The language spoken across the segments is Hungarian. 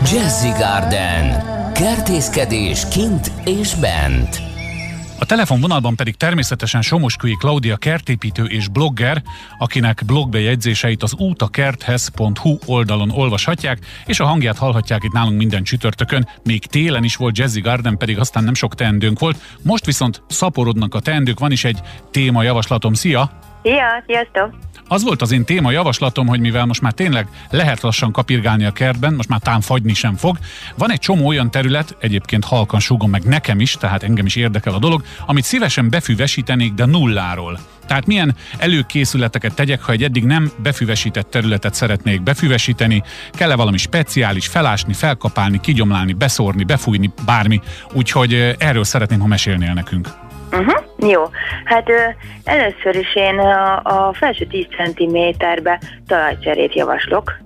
Jazzy Garden. Kertészkedés kint és bent. A telefonvonalban pedig természetesen Somoskői Klaudia kertépítő és blogger, akinek blogbejegyzéseit az útakerthez.hu oldalon olvashatják, és a hangját hallhatják itt nálunk minden csütörtökön. Még télen is volt Jazzy Garden, pedig aztán nem sok teendőnk volt. Most viszont szaporodnak a teendők, van is egy témajavaslatom. Szia! Szia, sziasztok! Az volt az én témajavaslatom, hogy mivel most már tényleg lehet lassan kapirgálni a kertben, most már tán fagyni sem fog, van egy csomó olyan terület, egyébként halkan súgom meg nekem is, tehát engem is érdekel a dolog, amit szívesen befüvesítenék, de nulláról. Tehát milyen előkészületeket tegyek, ha egy eddig nem befüvesített területet szeretnék befüvesíteni, kell-e valami speciális, felásni, felkapálni, kigyomlálni, beszórni, befújni, bármi, úgyhogy erről szeretném, ha mesélnél nekünk. Jó, hát először is én a felső 10 cm-be talajcserét javaslok.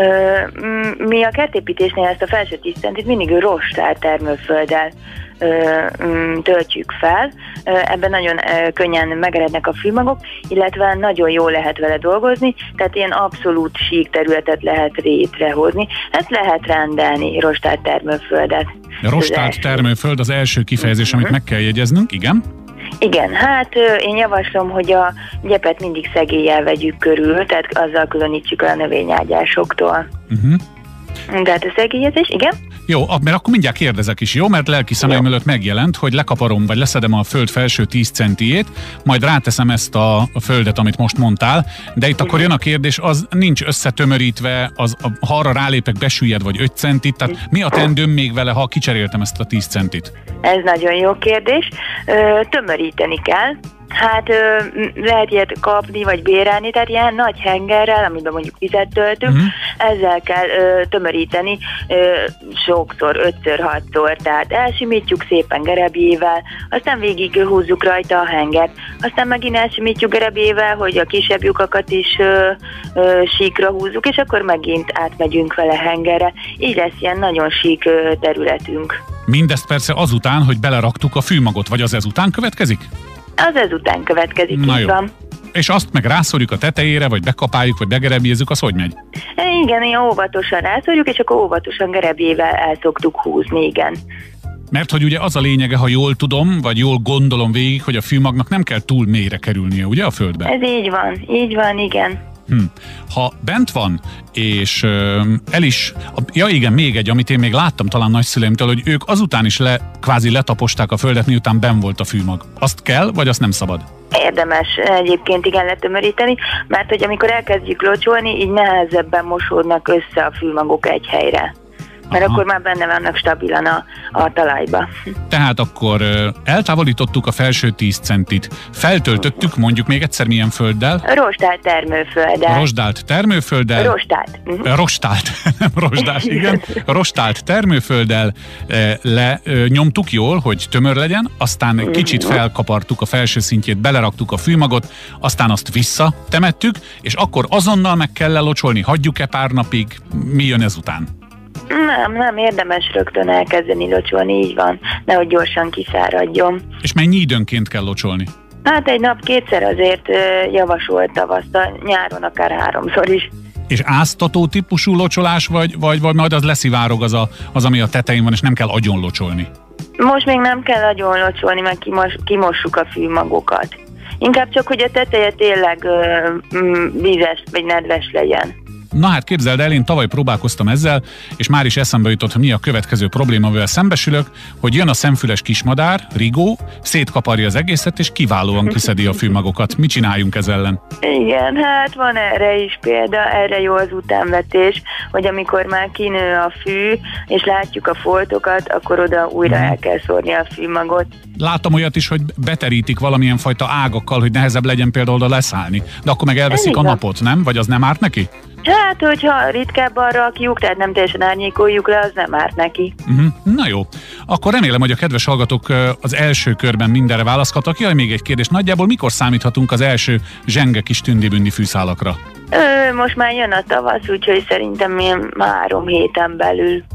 Mi a kertépítésnél ezt a felső 10 centit mindig rostált termőfölddel töltjük fel. Ebben nagyon könnyen megerednek a fűmagok, illetve nagyon jól lehet vele dolgozni, tehát ilyen abszolút sík területet lehet létrehozni. Ezt lehet rendelni, rostált termőföldet. Rostált termőföld az első kifejezés, amit meg kell jegyeznünk, igen? Igen, hát én javaslom, hogy a gyepet mindig szegéllyel vegyük körül, tehát azzal különítsük el a növényágyásoktól. Tehát a szegélyezés, igen? Jó, mert akkor mindjárt kérdezek is, jó? Mert lelki szemeim előtt megjelent, hogy lekaparom, vagy leszedem a föld felső 10 centiét, majd ráteszem ezt a földet, amit most mondtál, de itt akkor jön a kérdés, az nincs összetömörítve, ha arra rálépek, besüllyed vagy 5 centit, tehát mi a teendőm még vele, ha kicseréltem ezt a 10 centit? Ez nagyon jó kérdés. Tömöríteni kell. Hát lehet ilyet kapni, vagy bérelni, tehát ilyen nagy hengerrel, amiben mondjuk vizet töltünk, ezzel kell tömöríteni sokszor, 5-6-szor, tehát elsimítjuk szépen gerebjével, aztán végig húzzuk rajta a hengert, aztán megint elsimítjuk gerebjével, hogy a kisebb lyukakat is síkra húzzuk, és akkor megint átmegyünk vele hengerre, így lesz ilyen nagyon sík területünk. Mindezt persze azután, hogy beleraktuk a fűmagot, vagy az ezután következik? Az ezután következik, így van. És azt meg rászorjuk a tetejére, vagy bekapáljuk, vagy begerebjézzük, az hogy megy? Igen, ilyen óvatosan rászorjuk, és akkor óvatosan gerebjével el szoktuk húzni, igen. Mert hogy ugye az a lényege, ha jól tudom, vagy jól gondolom végig, hogy a fűmagnak nem kell túl mélyre kerülnie, ugye a földbe? Ez így van, igen. Ha bent van, és el is... Ja igen, még egy, amit én még láttam talán nagyszüleimtől, hogy ők azután is kvázi letaposták a földet, miután benn volt a fűmag. Azt kell, vagy azt nem szabad? Érdemes egyébként igen letömöríteni, mert hogy amikor elkezdjük locsolni, így nehezebben mosódnak össze a fűmagok egy helyre. Mert akkor már benne vannak stabilan a talajba. Tehát akkor eltávolítottuk a felső 10 centit. Feltöltöttük mondjuk még egyszer milyen földdel? Rostált termőfölddel. Rostált termőfölddel. Rostált. Rostált, nem rosdás, igen. Rostált termőfölddel nyomtuk jól, hogy tömör legyen, aztán kicsit felkapartuk a felső szintjét, beleraktuk a fűmagot, aztán azt visszatemettük, és akkor azonnal meg kell lelocsolni. Hagyjuk-e pár napig? Mi jön ezután? Nem érdemes rögtön elkezdeni locsolni, így van, nehogy gyorsan kiszáradjon. És mennyi időnként kell locsolni? Hát egy nap kétszer azért javasolt tavasztal, nyáron akár 3-szor is. És áztató típusú locsolás, vagy majd az leszivárog az, ami a tetején van, és nem kell agyon locsolni? Most még nem kell agyon locsolni, mert kimossuk a fűmagokat. Inkább csak, hogy a teteje tényleg vízes vagy nedves legyen. Na hát képzeld el, én tavaly próbálkoztam ezzel, és már is eszembe jutott, hogy mi a következő probléma, amivel szembesülök, hogy jön a szemfüles kismadár, rigó, szétkaparja az egészet, és kiválóan kiszedi a fűmagokat. Mit csináljunk ez ellen? Igen, hát van erre is példa, erre jó az utánvetés, hogy amikor már kinő a fű, és látjuk a foltokat, akkor oda újra el kell szórni a fűmagot. Láttam olyat is, hogy beterítik valamilyen fajta ágakkal, hogy nehezebb legyen például oda leszállni. De akkor meg elveszik a napot, nem? Vagy az nem árt neki? Hát, hogyha ritkábban rakjuk, tehát nem teljesen árnyékoljuk le, az nem árt neki. Na jó. Akkor remélem, hogy a kedves hallgatók az első körben mindenre választhatnak. Jaj, még egy kérdés. Nagyjából mikor számíthatunk az első zsenge kis tündibündi fűszálakra? Most már jön a tavasz, úgyhogy szerintem 3 héten belül.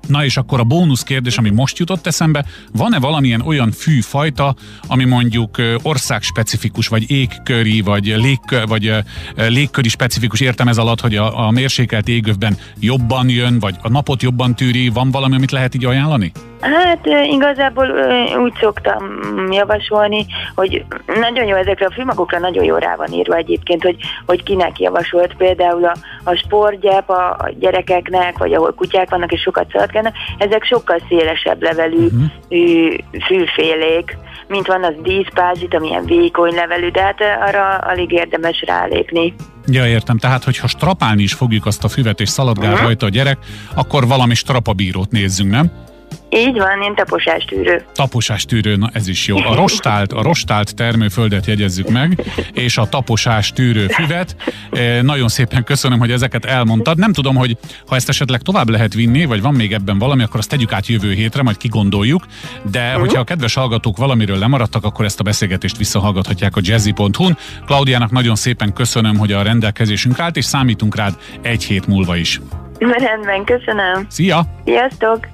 Na és akkor a bónusz kérdés, ami most jutott eszembe, van-e valamilyen olyan fűfajta, ami mondjuk országspecifikus, vagy égköri, vagy légköri specifikus, értem ez alatt, hogy a mérsékelt égövben jobban jön, vagy a napot jobban tűri, van valami, amit lehet így ajánlani? Hát igazából úgy szoktam javasolni, hogy nagyon jó, ezekre a fűmagokra nagyon jó rá van írva egyébként, hogy kinek javasolt, például a sportgyep a gyerekeknek, vagy ahol kutyák vannak és sokat szaladgálnak, ezek sokkal szélesebb levelű fűfélék, mint van az díszpázsit, amilyen vékony levelű, de hát arra alig érdemes rálépni. Ja, értem. Tehát, hogyha strapálni is fogjuk azt a füvet, és szaladgál rajta a gyerek, akkor valami strapabírót nézzünk, nem? Így van, én taposástűrő. Taposástűrő, na ez is jó. A rostált termőföldet jegyezzük meg, és a taposástűrő füvet. Nagyon szépen köszönöm, hogy ezeket elmondtad. Nem tudom, hogy ha ezt esetleg tovább lehet vinni, vagy van még ebben valami, akkor azt tegyük át jövő hétre, majd kigondoljuk. De hogyha a kedves hallgatók valamiről lemaradtak, akkor ezt a beszélgetést visszahallgathatják a jazzy.hu-n. Klaudiának nagyon szépen köszönöm, hogy a rendelkezésünk állt, és számítunk rád egy hét múlva is. Rendben, köszönöm. Szia! Sziasztok!